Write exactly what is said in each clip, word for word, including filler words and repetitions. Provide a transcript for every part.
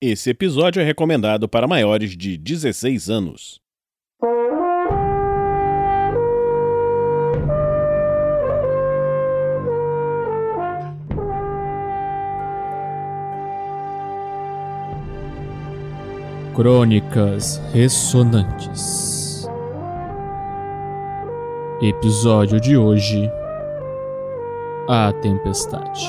Esse episódio é recomendado para maiores de dezesseis anos. Crônicas Ressonantes. Episódio de hoje: A Tempestade.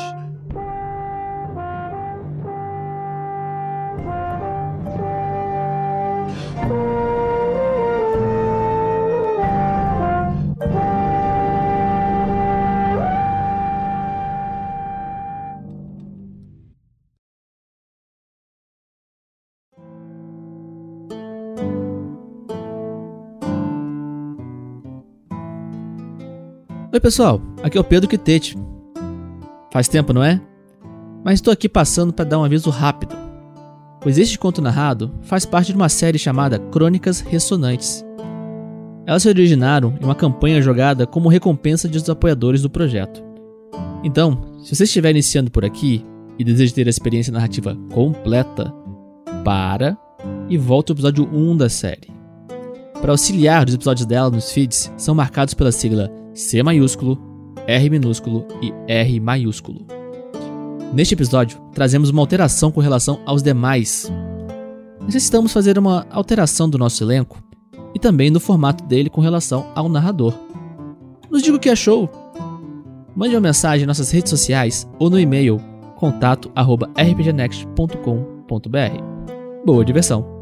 Oi pessoal, aqui é o Pedro Quitete. Faz tempo, não é? Mas estou aqui passando para dar um aviso rápido, pois este conto narrado faz parte de uma série chamada Crônicas Ressonantes. Elas se originaram em uma campanha jogada como recompensa dos apoiadores do projeto. Então, se você estiver iniciando por aqui e deseja ter a experiência narrativa completa, para e volta ao episódio um da série. Para auxiliar, os episódios dela nos feeds são marcados pela sigla C maiúsculo, R minúsculo e R maiúsculo. Neste episódio, trazemos uma alteração com relação aos demais. Necessitamos fazer uma alteração do nosso elenco e também no formato dele com relação ao narrador. Nos diga o que achou. Mande uma mensagem em nossas redes sociais ou no e-mail contato arroba r p g next ponto com ponto b r. Boa diversão!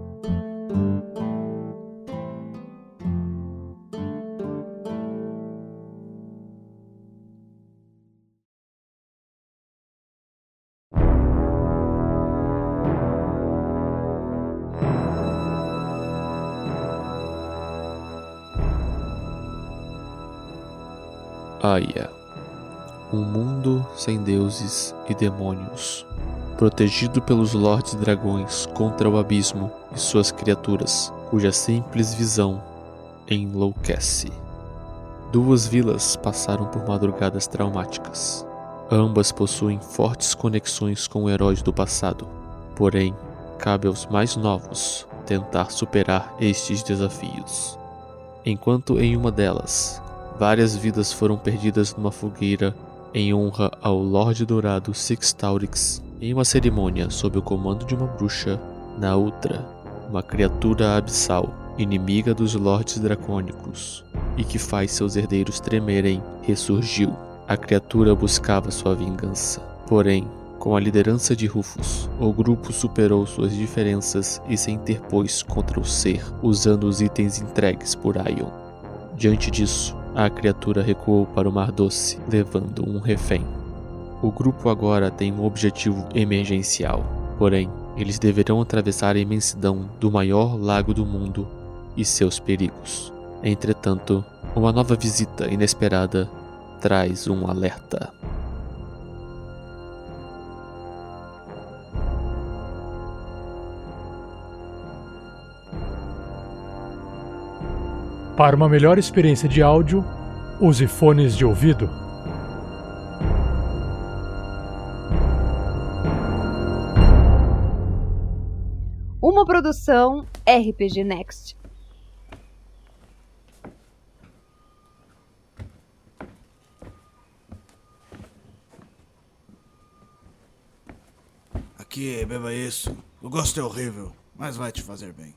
Aya, um mundo sem deuses e demônios, protegido pelos Lordes Dragões contra o abismo e suas criaturas, cuja simples visão enlouquece. Duas vilas passaram por madrugadas traumáticas. Ambas possuem fortes conexões com heróis do passado, porém, cabe aos mais novos tentar superar estes desafios. Enquanto em uma delas, várias vidas foram perdidas numa fogueira em honra ao Lorde Dourado Sixtaurix, em uma cerimônia sob o comando de uma bruxa. Na outra, uma criatura abissal, inimiga dos Lordes Dracônicos e que faz seus herdeiros tremerem, ressurgiu. A criatura buscava sua vingança. Porém, com a liderança de Rufus, o grupo superou suas diferenças e se interpôs contra o ser, usando os itens entregues por Aion. Diante disso, a criatura recuou para o Mar Doce, levando um refém. O grupo agora tem um objetivo emergencial, porém, eles deverão atravessar a imensidão do maior lago do mundo e seus perigos. Entretanto, uma nova visita inesperada traz um alerta. Para uma melhor experiência de áudio, use fones de ouvido. Uma produção R P G Next. Aqui, beba isso. O gosto é horrível, mas vai te fazer bem.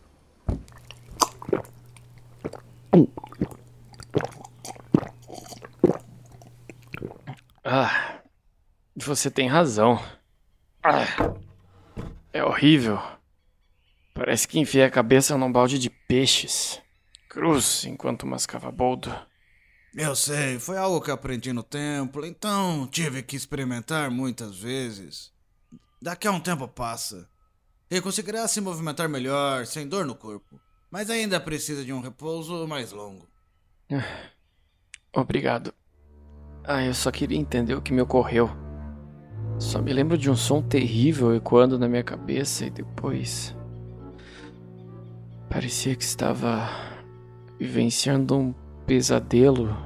Ah, você tem razão. Ah, é horrível. Parece que enfiei a cabeça num balde de peixes. Cruz enquanto mascava boldo. Eu sei, foi algo que aprendi no templo, então tive que experimentar muitas vezes. Daqui a um tempo passa e conseguirá se movimentar melhor, sem dor no corpo. Mas ainda precisa de um repouso mais longo. Obrigado. Ah, eu só queria entender o que me ocorreu. Só me lembro de um som terrível ecoando na minha cabeça e depois... parecia que estava vivenciando um pesadelo,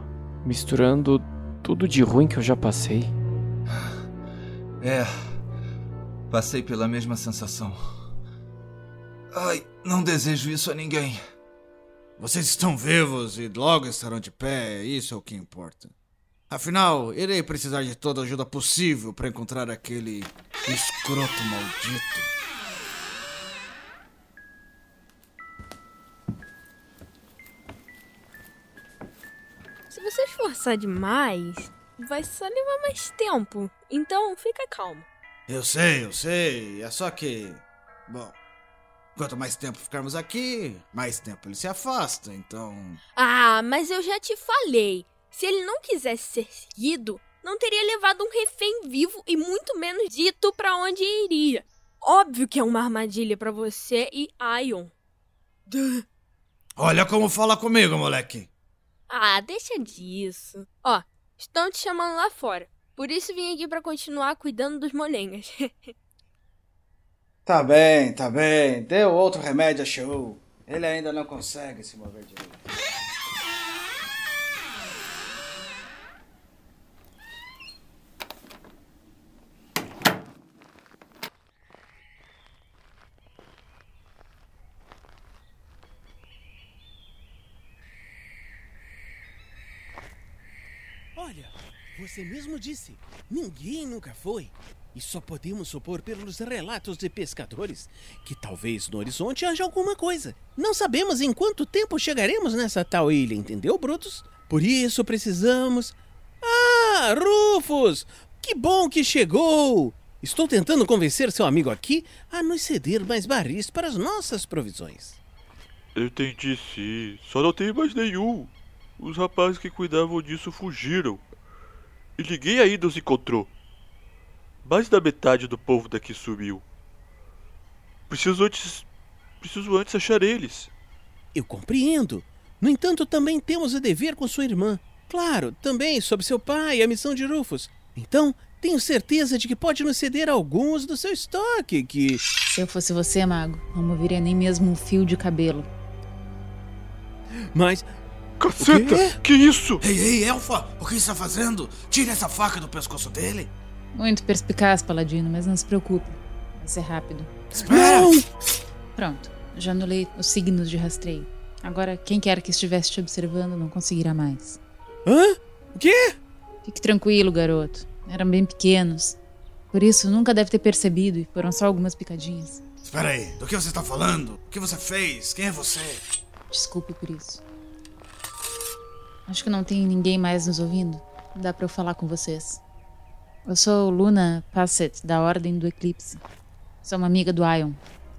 misturando tudo de ruim que eu já passei. É, Passei pela mesma sensação. Ai, não desejo isso a ninguém. Vocês estão vivos e logo estarão de pé, isso é o que importa. Afinal, irei precisar de toda a ajuda possível para encontrar aquele escroto maldito. Se você esforçar demais, vai só levar mais tempo. Então, fica calmo. Eu sei, eu sei. É só que... Bom, quanto mais tempo ficarmos aqui, mais tempo ele se afasta, então... Ah, mas eu já te falei. Se ele não quisesse ser seguido, não teria levado um refém vivo e muito menos dito pra onde iria. Óbvio que é uma armadilha pra você e Ion. Duh. Olha como fala comigo, moleque. Ah, deixa disso. Ó, estão te chamando lá fora. Por isso vim aqui pra continuar cuidando dos molengas. Tá bem, tá bem. Deu outro remédio a Show. Ele ainda não consegue se mover direito. Olha, você mesmo disse, ninguém nunca foi. E só podemos supor pelos relatos de pescadores que talvez no horizonte haja alguma coisa. Não sabemos em quanto tempo chegaremos nessa tal ilha, entendeu, Brutus? Por isso precisamos... Ah, Rufus! Que bom que chegou! Estou tentando convencer seu amigo aqui a nos ceder mais barris para as nossas provisões. Entendi sim, só não tem mais nenhum. Os rapazes que cuidavam disso fugiram. E ninguém ainda os encontrou. Mais da metade do povo daqui sumiu. Preciso antes... Preciso antes achar eles. Eu compreendo. No entanto, também temos o dever com sua irmã. Claro, também sobre seu pai e a missão de Rufus. Então, tenho certeza de que pode nos ceder alguns do seu estoque, que... Se eu fosse você, mago, não moveria nem mesmo um fio de cabelo. Mas... Caceta! Que isso? Ei, ei, Elfa! O que está fazendo? Tire essa faca do pescoço dele! Muito perspicaz, Paladino, mas não se preocupe. Vai ser rápido. Espera! Não! Pronto, já anulei os signos de rastreio. Agora, quem quer que estivesse te observando não conseguirá mais. Hã? O quê? Fique tranquilo, garoto. Eram bem pequenos. Por isso, nunca deve ter percebido e foram só algumas picadinhas. Espera aí, do que você está falando? O que você fez? Quem é você? Desculpe por isso. Acho que não tem ninguém mais nos ouvindo. Dá pra eu falar com vocês. Eu sou Luna Passett, da Ordem do Eclipse. Sou uma amiga do Ion.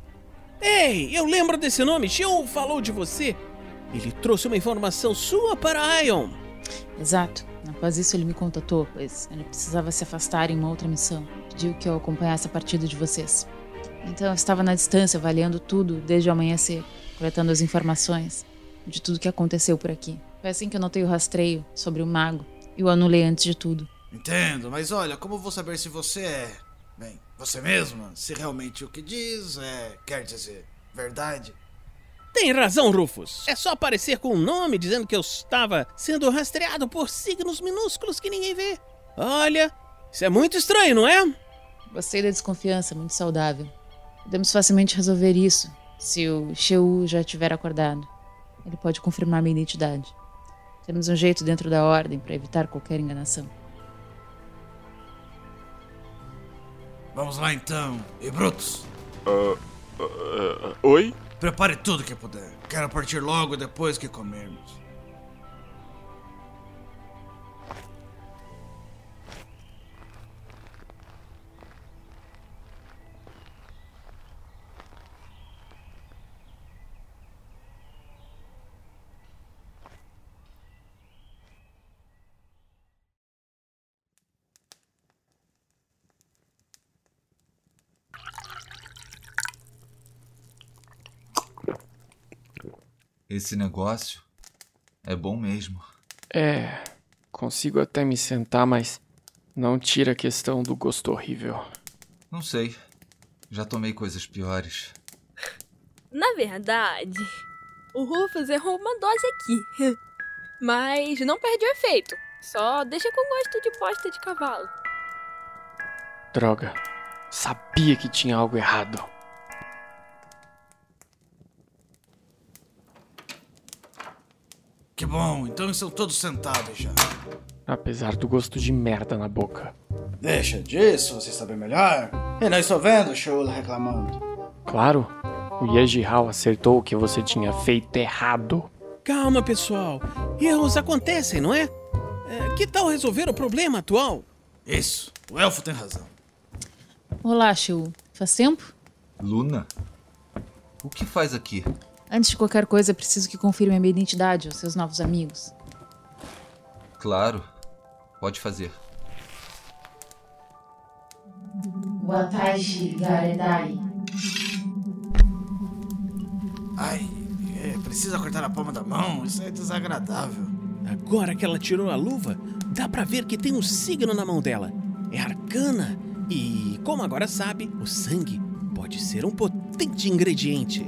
Ei, eu lembro desse nome. Xion falou de você. Ele trouxe uma informação sua para Ion. Exato. Após isso ele me contatou, pois ele precisava se afastar em uma outra missão. Pediu que eu acompanhasse a partida de vocês. Então eu estava na distância, avaliando tudo desde o amanhecer, coletando as informações de tudo que aconteceu por aqui. Foi assim que eu notei o rastreio sobre o mago e o anulei antes de tudo. Entendo, mas olha, como vou saber se você é... Bem, você mesma? Se realmente o que diz é... Quer dizer, verdade? Tem razão, Rufus. É só aparecer com um nome dizendo que eu estava sendo rastreado por signos minúsculos que ninguém vê. Olha, isso é muito estranho, não é? Gostei da desconfiança, muito saudável. Podemos facilmente resolver isso, se o Xiu já tiver acordado. Ele pode confirmar minha identidade. Temos um jeito dentro da ordem para evitar qualquer enganação. Vamos lá então. E Brutus? Uh, uh, uh, oi? Prepare tudo que puder. Quero partir logo depois que comermos. Esse negócio é bom mesmo. É, consigo até me sentar, mas não tira a questão do gosto horrível. Não sei, já tomei coisas piores. Na verdade, o Rufus errou uma dose aqui. Mas não perde o efeito, só deixa com gosto de bosta de cavalo. Droga, Sabia que tinha algo errado. Que bom, então estão todos sentados já. Apesar do gosto de merda na boca. Deixa disso, você sabe melhor. Eu não estou vendo o Shula reclamando. Claro, o Yejihao acertou que você tinha feito errado. Calma, pessoal. Erros acontecem, não é? é? Que tal resolver o problema atual? Isso, o elfo tem razão. Olá, Shu. Faz tempo? Luna? O que faz aqui? Antes de qualquer coisa, preciso que confirme a minha identidade aos seus novos amigos. Claro. Pode fazer. Watashi Garedai. Ai, é, precisa cortar a palma da mão? Isso é desagradável. Agora que ela tirou a luva, dá pra ver que tem um signo na mão dela. É arcana. E, como agora sabe, o sangue pode ser um potente ingrediente.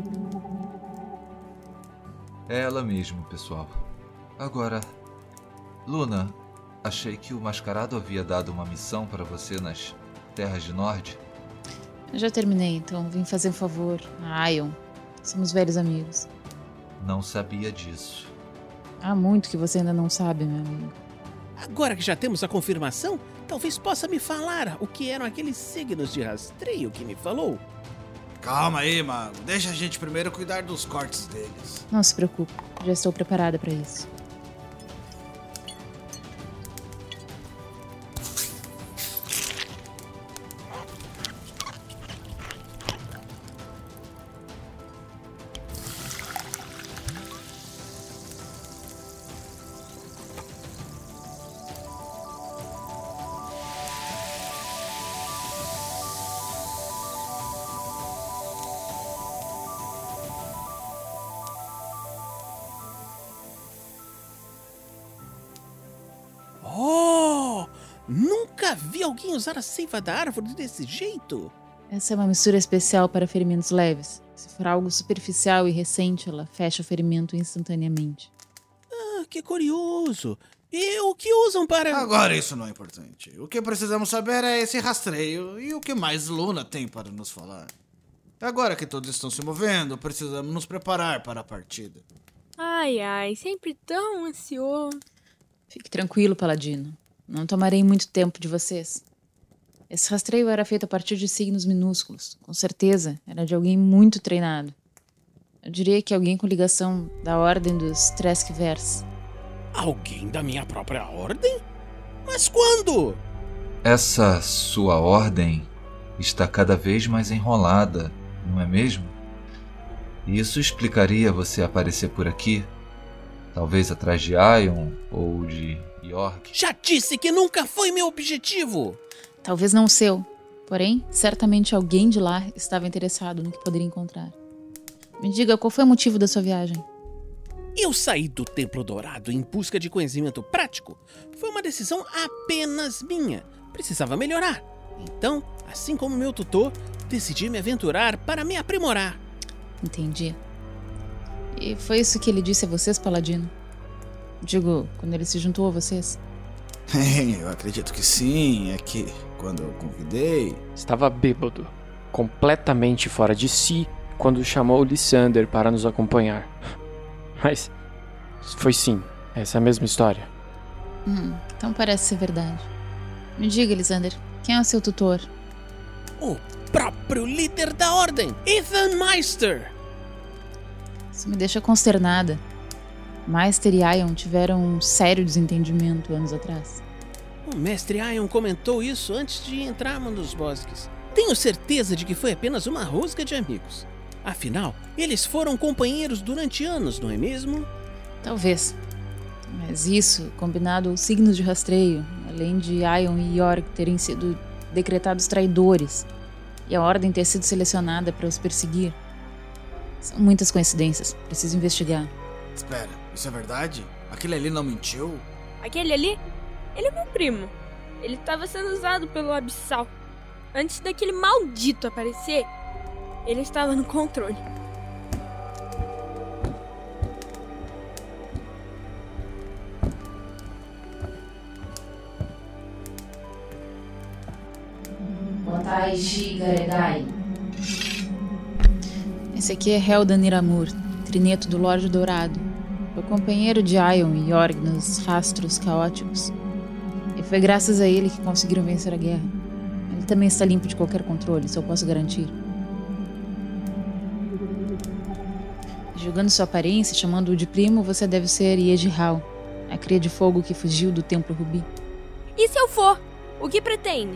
É ela mesmo, pessoal. Agora, Luna, achei que o Mascarado havia dado uma missão para você nas Terras de Nord. Eu já terminei, então vim fazer um favor a Aion. Somos velhos amigos. Não sabia disso. Há muito que você ainda não sabe, meu amigo. Agora que já temos a confirmação, talvez possa me falar o que eram aqueles signos de rastreio que me falou. Calma aí, mago. Deixa a gente primeiro cuidar dos cortes deles. Não se preocupe, já estou preparada para isso. Oh! Nunca vi alguém usar a seiva da árvore desse jeito. Essa é uma mistura especial para ferimentos leves. Se for algo superficial e recente, ela fecha o ferimento instantaneamente. Ah, que curioso. E o que usam para... Agora isso não é importante. O que precisamos saber é esse rastreio e o que mais Luna tem para nos falar. Agora que todos estão se movendo, precisamos nos preparar para a partida. Ai, ai, sempre tão ansioso. Fique tranquilo, Paladino. Não tomarei muito tempo de vocês. Esse rastreio era feito a partir de signos minúsculos. Com certeza, era de alguém muito treinado. Eu diria que alguém com ligação da ordem dos Treskvers. Alguém da minha própria ordem? Mas quando? Essa sua ordem está cada vez mais enrolada, não é mesmo? Isso explicaria você aparecer por aqui, talvez atrás de Aion ou de York. Já disse que nunca foi meu objetivo! Talvez não o seu, porém, certamente alguém de lá estava interessado no que poderia encontrar. Me diga, qual foi o motivo da sua viagem? Eu saí do Templo Dourado em busca de conhecimento prático. Foi uma decisão apenas minha. Precisava melhorar. Então, assim como meu tutor, decidi me aventurar para me aprimorar. Entendi. E foi isso que ele disse a vocês, Paladino? Digo, quando ele se juntou a vocês? Eu acredito que sim. É que, quando eu convidei... Estava bêbado, completamente fora de si, quando chamou Lysander para nos acompanhar. Mas foi sim, essa é a mesma história. Hum, então parece ser verdade. Me diga, Lysander, quem é o seu tutor? O próprio líder da ordem, Ethan Meister. Isso me deixa consternada. Meister e Aion tiveram um sério desentendimento anos atrás. O mestre Aion comentou isso antes de entrarmos nos bosques. Tenho certeza de que foi apenas uma rosca de amigos. Afinal, eles foram companheiros durante anos, não é mesmo? Talvez. Mas isso, combinado aos signos de rastreio, além de Aion e York terem sido decretados traidores e a ordem ter sido selecionada para os perseguir. São muitas coincidências. Preciso investigar. Espera, isso é verdade? Aquele ali não mentiu? Aquele ali? Ele é meu primo. Ele estava sendo usado pelo Abissal. Antes daquele maldito aparecer, ele estava no controle. Taiji Garedai. Esse aqui é Heldan Niramur, trineto do Lorde Dourado. Foi companheiro de Aion e Yorg nos rastros caóticos. E foi graças a ele que conseguiram vencer a guerra. Ele também está limpo de qualquer controle, isso eu posso garantir. Julgando sua aparência, chamando-o de primo, você deve ser Yejihal, a cria de fogo que fugiu do Templo Rubi. E se eu for? O que pretende?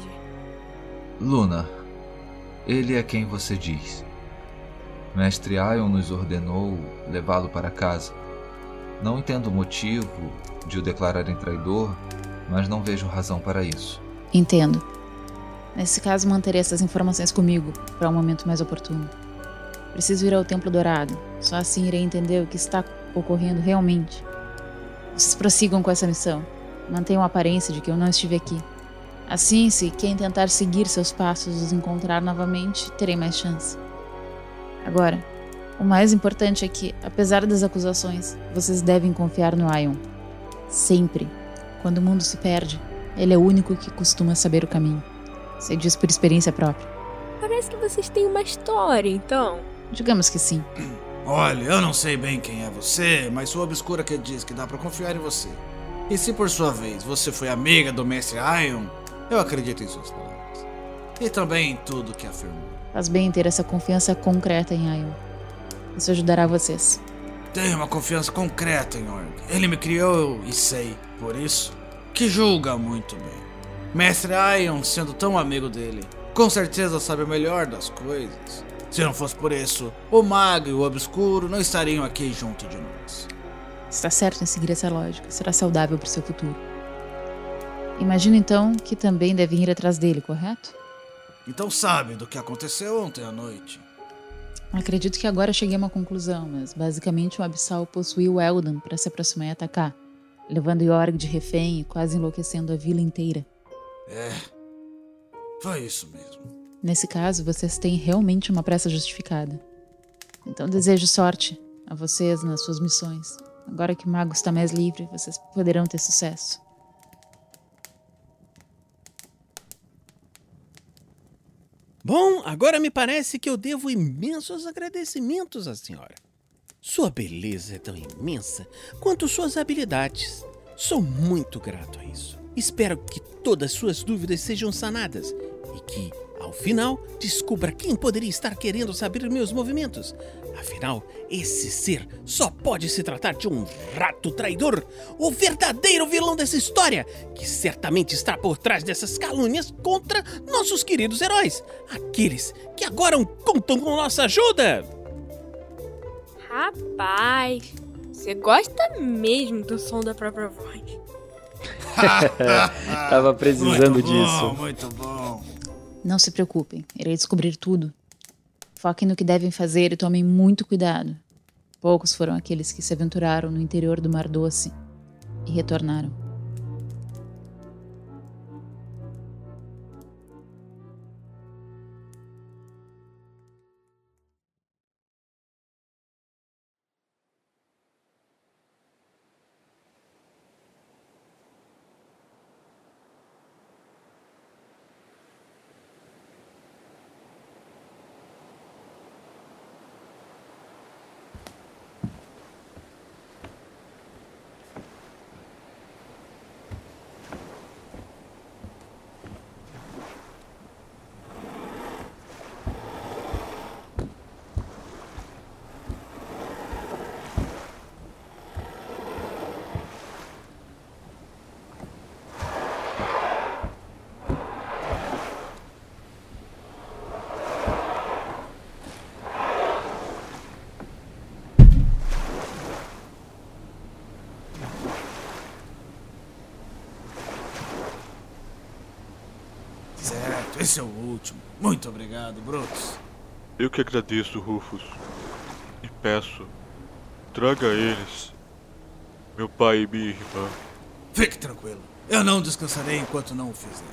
Luna, ele é quem você diz. Mestre Aion nos ordenou levá-lo para casa. Não entendo o motivo de o declararem traidor, mas não vejo razão para isso. Entendo. Nesse caso, manterei essas informações comigo para um momento mais oportuno. Preciso ir ao Templo Dourado. Só assim irei entender o que está ocorrendo realmente. Vocês prossigam com essa missão. Mantenham a aparência de que eu não estive aqui. Assim, se quem tentar seguir seus passos os encontrar novamente, terei mais chance. Agora, o mais importante é que, apesar das acusações, vocês devem confiar no Aion. Sempre. Quando o mundo se perde, ele é o único que costuma saber o caminho. Sei disso por experiência própria. Parece que vocês têm uma história, então. Digamos que sim. Olha, eu não sei bem quem é você, mas sou obscura que diz que dá pra confiar em você. E se por sua vez você foi amiga do mestre Aion, eu acredito em suas palavras. E também em tudo que afirmou. Faz bem ter essa confiança concreta em Aion. Isso ajudará vocês. Tenho uma confiança concreta em Yorg. Ele me criou e sei, por isso, que julga muito bem. Mestre Aion, sendo tão amigo dele, com certeza sabe o melhor das coisas. Se não fosse por isso, o mago e o obscuro não estariam aqui junto de nós. Está certo em seguir essa lógica. Será saudável para o seu futuro. Imagino então que também devem ir atrás dele, correto? Então sabe do que aconteceu ontem à noite? Acredito que agora cheguei a uma conclusão, mas basicamente o Abissal possuiu Eldan para se aproximar e atacar, levando Yorg de refém e quase enlouquecendo a vila inteira. É, foi isso mesmo. Nesse caso, vocês têm realmente uma pressa justificada. Então desejo sorte a vocês nas suas missões. Agora que o mago está mais livre, vocês poderão ter sucesso. Bom, agora me parece que eu devo imensos agradecimentos à senhora. Sua beleza é tão imensa quanto suas habilidades. Sou muito grato a isso. Espero que todas suas dúvidas sejam sanadas e que, ao final, descubra quem poderia estar querendo saber meus movimentos. Afinal, esse ser só pode se tratar de um rato traidor, o verdadeiro vilão dessa história, que certamente está por trás dessas calúnias contra nossos queridos heróis, aqueles que agora contam com nossa ajuda. Rapaz, você gosta mesmo do som da própria voz. Tava precisando muito bom, disso. Muito bom. Não se preocupem, irei descobrir tudo. Foquem no que devem fazer e tomem muito cuidado. Poucos foram aqueles que se aventuraram no interior do Mar Doce e retornaram. Certo, esse é o último. Muito obrigado, Brutus. Eu que agradeço, Rufus. E peço, traga eles, meu pai e minha irmã. Fique tranquilo. Eu não descansarei enquanto não o fizer.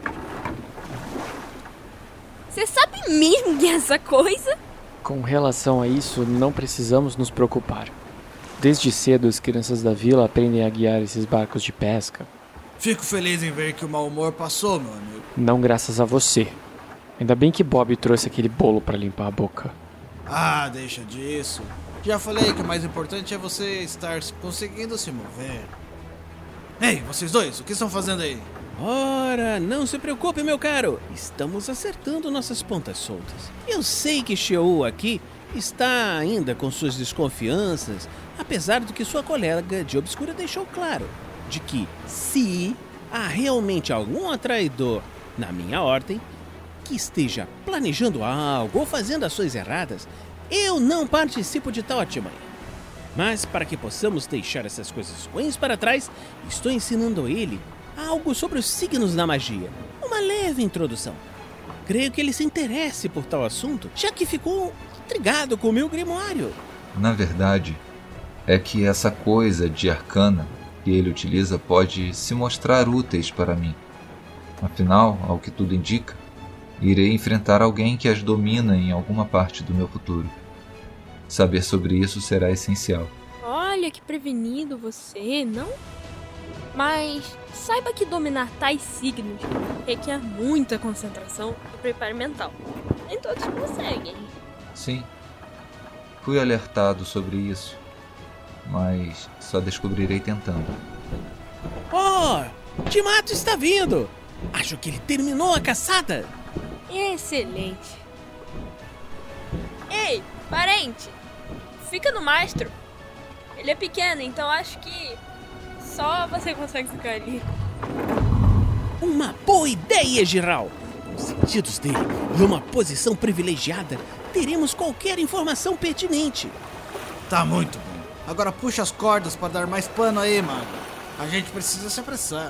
Você sabe mesmo que é essa coisa? Com relação a isso, não precisamos nos preocupar. Desde cedo, as crianças da vila aprendem a guiar esses barcos de pesca. Fico feliz em ver que o mau humor passou, meu amigo. Não graças a você. Ainda bem que Bob trouxe aquele bolo pra limpar a boca. Ah, deixa disso. Já falei que o mais importante é você estar conseguindo se mover. Ei, vocês dois, o que estão fazendo aí? Ora, não se preocupe, meu caro. Estamos acertando nossas pontas soltas. Eu sei que Xiao aqui está ainda com suas desconfianças, apesar do que sua colega de obscura deixou claro, de que se há realmente algum atraidor na minha ordem que esteja planejando algo ou fazendo ações erradas, eu não participo de tal artimanha. Mas para que possamos deixar essas coisas ruins para trás, estou ensinando a ele algo sobre os signos da magia. Uma leve introdução. Creio que ele se interesse por tal assunto, já que ficou intrigado com o meu grimoário. Na verdade, é que essa coisa de arcana que ele utiliza pode se mostrar úteis para mim. Afinal, ao que tudo indica, irei enfrentar alguém que as domina em alguma parte do meu futuro. Saber sobre isso será essencial. Olha que prevenido você, não? Mas saiba que dominar tais signos requer muita concentração e preparo mental. Nem todos conseguem. Sim, fui alertado sobre isso, mas só descobrirei tentando. Oh, Timato está vindo! Acho que ele terminou a caçada! Excelente! Ei, parente! Fica no mastro! Ele é pequeno, então acho que só você consegue ficar ali. Uma boa ideia, Giral! Com os sentidos dele e uma posição privilegiada, teremos qualquer informação pertinente. Tá muito bom. Agora puxa as cordas para dar mais pano aí, mano. A gente precisa se apressar.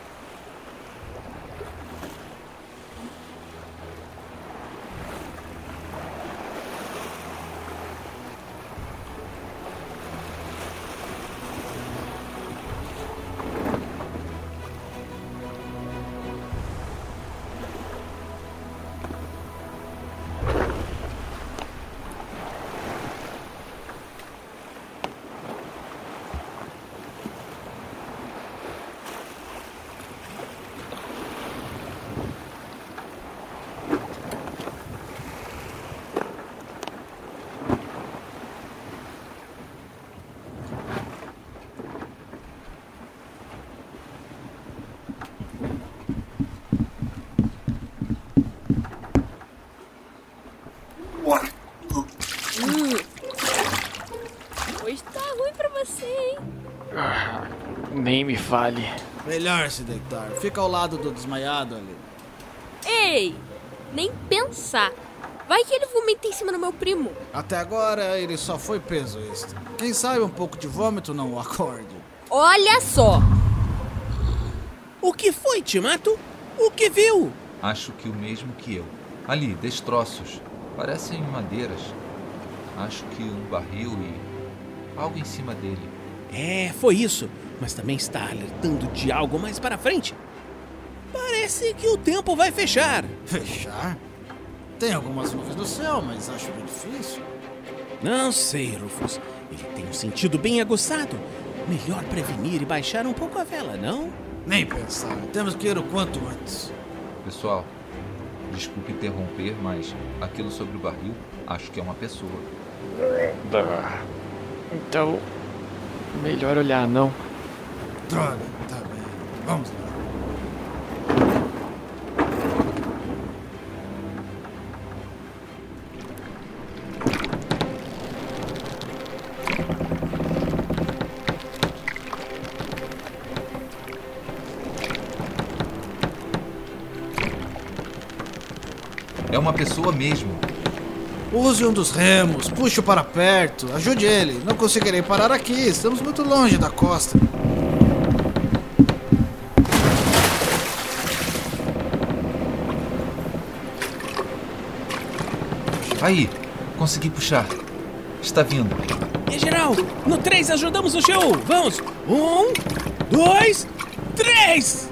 Hum. Hoje tá ruim pra você, hein? Ah, nem me fale. Melhor se deitar. Fica ao lado do desmaiado ali. Ei, nem pensar. Vai que ele vomita em cima do meu primo. Até agora ele só foi peso extra. Quem sabe um pouco de vômito não o acorde. Olha só. O que foi, Timato? O que viu? Acho que o mesmo que eu. Ali, destroços. Parecem madeiras. Acho que um barril e algo em cima dele. É, foi isso. Mas também está alertando de algo mais para frente. Parece que o tempo vai fechar. Fechar? Tem algumas nuvens no céu, mas acho bem difícil. Não sei, Rufus. Ele tem um sentido bem aguçado. Melhor prevenir e baixar um pouco a vela, não? Nem pensar. Temos que ir o quanto antes. Pessoal, desculpe interromper, mas aquilo sobre o barril, acho que é uma pessoa. Então, melhor olhar, não? Droga, tá bem. Vamos lá. É uma pessoa mesmo. Use um dos remos, puxe-o para perto, ajude ele. Não conseguirei parar aqui, estamos muito longe da costa. Aí, consegui puxar. Está vindo. E geral, no três ajudamos o show. Vamos. Um, dois, três.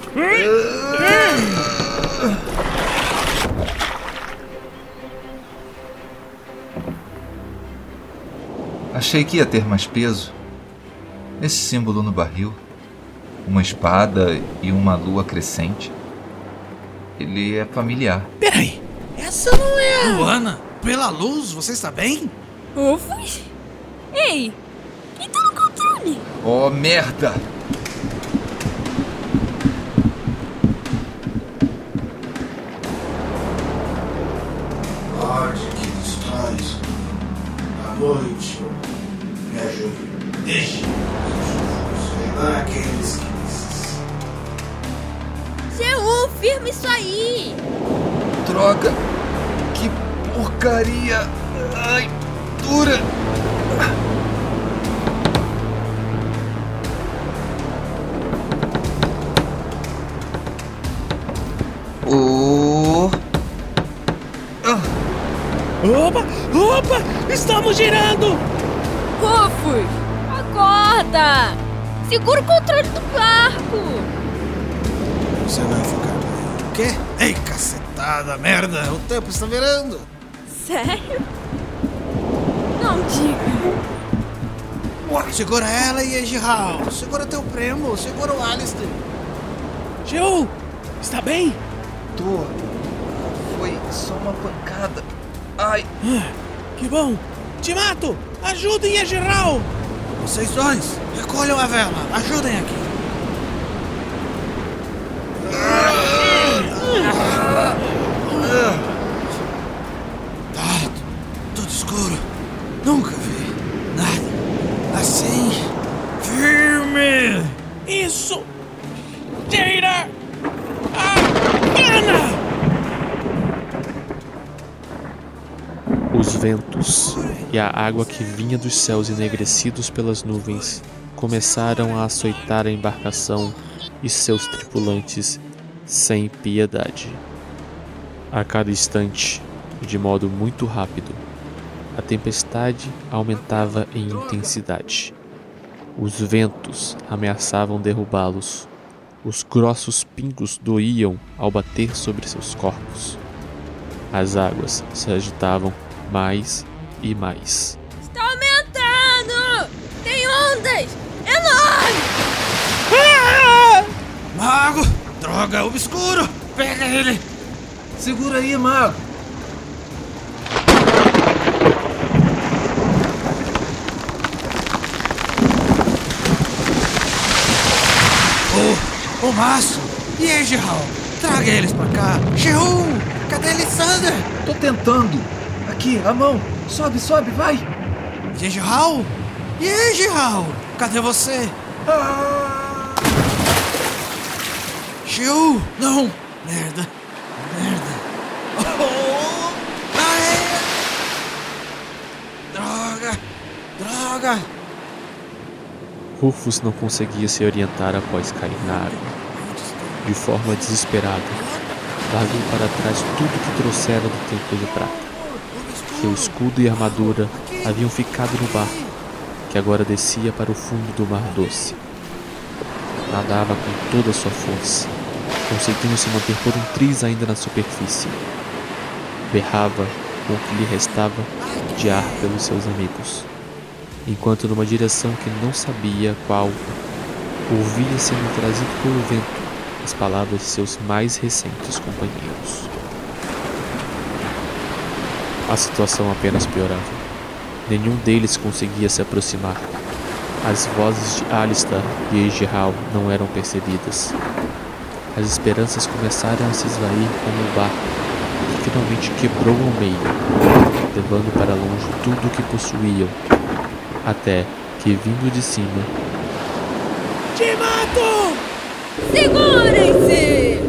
Achei que ia ter mais peso. Esse símbolo no barril, uma espada e uma lua crescente. Ele é familiar. Peraí, essa não é a... Luana, pela luz, você está bem? Rufus? Ei, quem tá no controle? Oh, merda! Ordem que destróis. À noite, me ajude. Deixe ajudar aqueles que precisam. Seu, firma isso aí! Droga! Que porcaria! Ai, dura! Oh! Opa! Opa! Estamos girando! Rufus! Acorda! Segura o controle do barco! Você vai ficar bem. O quê? Ei, cacetada, merda! O tempo está virando! Sério? Não diga! Segura ela e Ejihal! Segura teu primo! Segura o Alistair! Gil! Está bem? Tô. Foi só uma pancada. Ai! Ah, que bom! Te mato! Ajudem a Ejihal! Vocês dois, recolham a vela! Ajudem aqui! Tá tudo escuro. Nunca vi nada assim. Firme! Isso! Tira a cana! Os ventos e a água que vinha dos céus enegrecidos pelas nuvens começaram a açoitar a embarcação e seus tripulantes sem piedade. A cada instante, de modo muito rápido, a tempestade aumentava em intensidade. Os ventos ameaçavam derrubá-los. Os grossos pingos doíam ao bater sobre seus corpos. As águas se agitavam mais e mais. Está aumentando! Tem ondas enormes! Ah! Mago! Droga, obscuro! Pega ele! Segura aí, mago! O, o maço! E Ejihal? Traga eles pra cá! Shehu! Cadê Lysander? Tô tentando! Aqui, a mão! Sobe, sobe, vai! Ejihal? E Ejihal? Cadê você? Ah! Shehu! Não! Merda! Merda! Oh! Ai! Droga! Droga! Rufus não conseguia se orientar após cair na água. De forma desesperada, largou para trás tudo que trouxera do Templo de Prata. Seu escudo e armadura haviam ficado no barco, que agora descia para o fundo do Mar Doce. Nadava com toda a sua força, conseguindo se manter por um triz ainda na superfície. Berrava com o que lhe restava de ar pelos seus amigos, enquanto numa direção que não sabia qual, ouvia sendo trazido pelo vento as palavras de seus mais recentes companheiros. A situação apenas piorava. Nenhum deles conseguia se aproximar. As vozes de Alistair e Ejihal não eram percebidas. As esperanças começaram a se esvair como o barco, que finalmente quebrou ao meio, levando para longe tudo o que possuíam, até que, vindo de cima... Te mato! Segurem-se!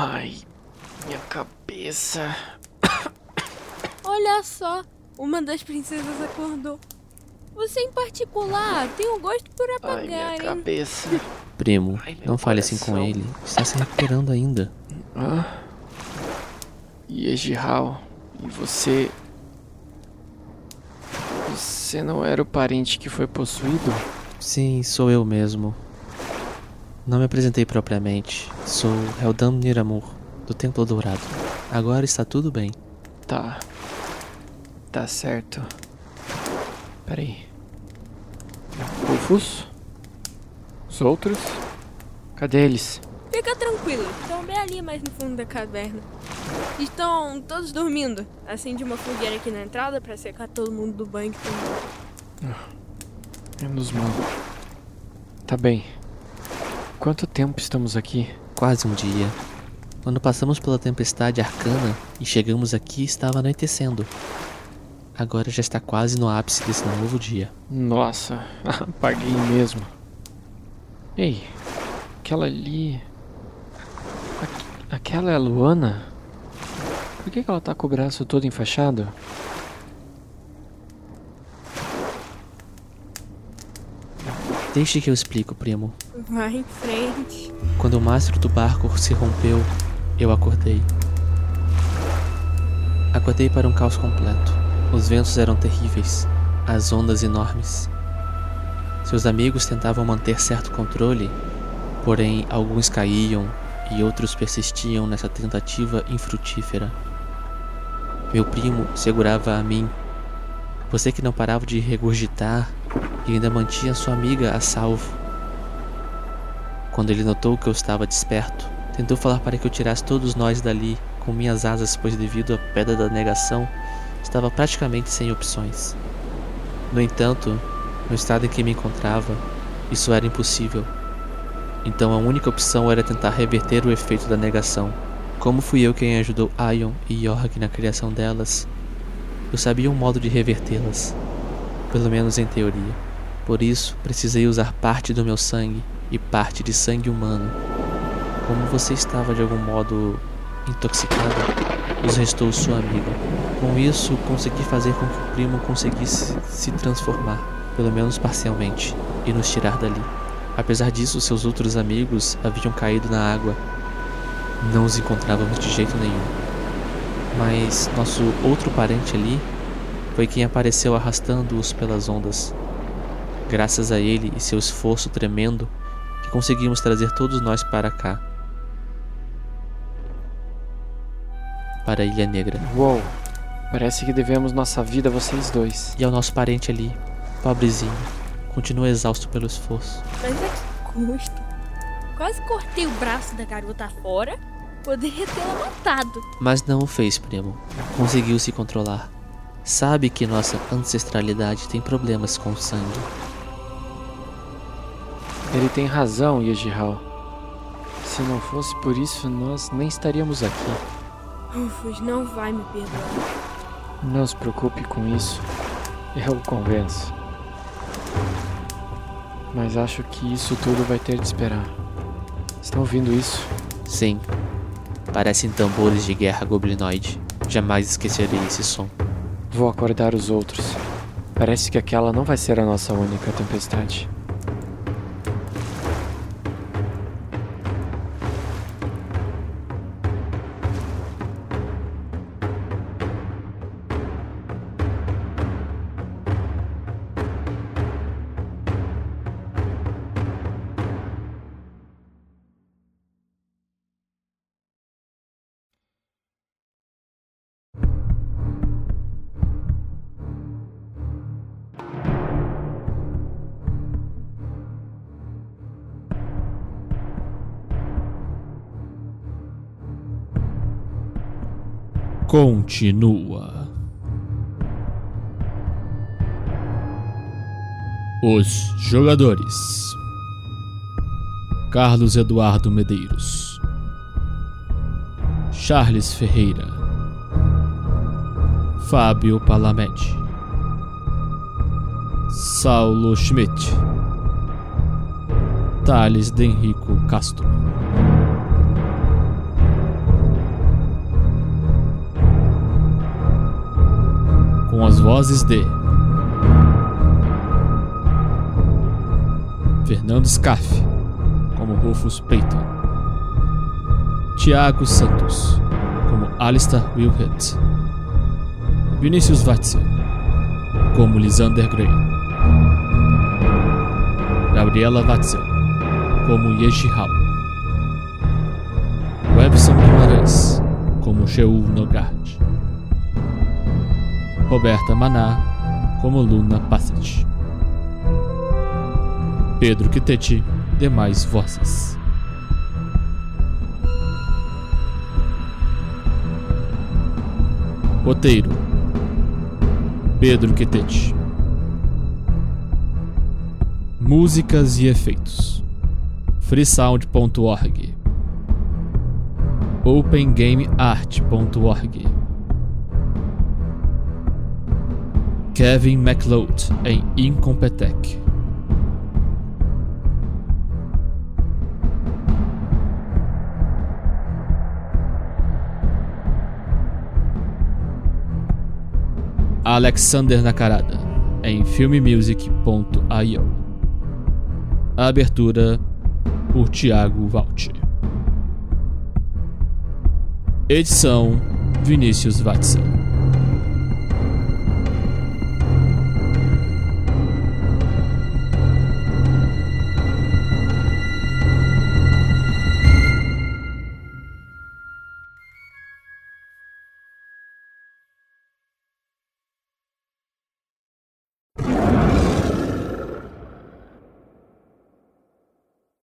Ai, minha cabeça. Olha só, uma das princesas acordou. Você em particular tem um gosto por apagar, Ai, minha hein? cabeça. Primo, Ai, não fale assim com coração. ele. Está se recuperando ainda. Hã? Yejihao, e você... Você não era o parente que foi possuído? Sim, sou eu mesmo. Não me apresentei propriamente. Sou Heldam Niramur, do Templo Dourado. Agora está tudo bem. Tá. Tá certo. Peraí. Rufus? Os outros? Cadê eles? Fica tranquilo, estão bem ali mais no fundo da caverna. Estão todos dormindo. Acende uma fogueira aqui na entrada pra secar todo mundo do banho que tem. Menos mal. Tá bem. Quanto tempo estamos aqui? Quase um dia. Quando passamos pela tempestade arcana e chegamos aqui, estava anoitecendo. Agora já está quase no ápice desse novo dia. Nossa, apaguei mesmo. Ei, aquela ali... Aqu- aquela é a Luana? Por que que ela tá com o braço todo enfaixado? Deixe que eu explico, primo. Vai em frente. Quando o mastro do barco se rompeu, eu acordei. Acordei para um caos completo. Os ventos eram terríveis, as ondas enormes. Seus amigos tentavam manter certo controle, porém alguns caíam e outros persistiam nessa tentativa infrutífera. Meu primo segurava a mim, você que não parava de regurgitar e ainda mantinha sua amiga a salvo. Quando ele notou que eu estava desperto, tentou falar para que eu tirasse todos nós dali com minhas asas, pois devido à pedra da negação, estava praticamente sem opções. No entanto, no estado em que me encontrava, isso era impossível. Então a única opção era tentar reverter o efeito da negação. Como fui eu quem ajudou Aion e York na criação delas, eu sabia um modo de revertê-las, pelo menos em teoria. Por isso, precisei usar parte do meu sangue e parte de sangue humano. Como você estava de algum modo intoxicada, nos restou sua amiga. Com isso, consegui fazer com que o primo conseguisse se transformar, pelo menos parcialmente, e nos tirar dali. Apesar disso, seus outros amigos haviam caído na água. Não os encontrávamos de jeito nenhum. Mas nosso outro parente ali foi quem apareceu arrastando-os pelas ondas. Graças a ele e seu esforço tremendo, que conseguimos trazer todos nós para cá. Para a Ilha Negra. Uou, parece que devemos nossa vida a vocês dois. E ao nosso parente ali, pobrezinho, continua exausto pelo esforço. Mas a que custo? Quase cortei o braço da garota fora, poderia tê-la matado. Mas não o fez, primo. Conseguiu se controlar. Sabe que nossa ancestralidade tem problemas com o sangue. Ele tem razão, Yejihao. Se não fosse por isso, nós nem estaríamos aqui. Rufus, não vai me perdoar. Não se preocupe com isso. Eu o convenço. Mas acho que isso tudo vai ter de esperar. Estão ouvindo isso? Sim. Parecem tambores de guerra goblinoide. Jamais esquecerei esse som. Vou acordar os outros. Parece que aquela não vai ser a nossa única tempestade. Continua. Os jogadores: Carlos Eduardo Medeiros, Charles Ferreira, Fábio Palamede, Saulo Schmidt, Thales Denrico Castro, com as vozes de Fernando Scaff, como Rufus Payton, Thiago Santos, como Alistair Wilhett, Vinícius Watzel, como Lysander Grey, Gabriela Watzel, como Yeji Hao, Webson Guimarães, como Sheul Nogard, Roberta Maná, como Luna Passett, Pedro Quitete, demais vozes. Roteiro: Pedro Quitete. Músicas e efeitos: freesound ponto org, open game art ponto org, Kevin MacLeod em Incompetech. Alexander Nakarada em filmmusic ponto i o. A abertura por Thiago Valt. Edição: Vinícius Watzel.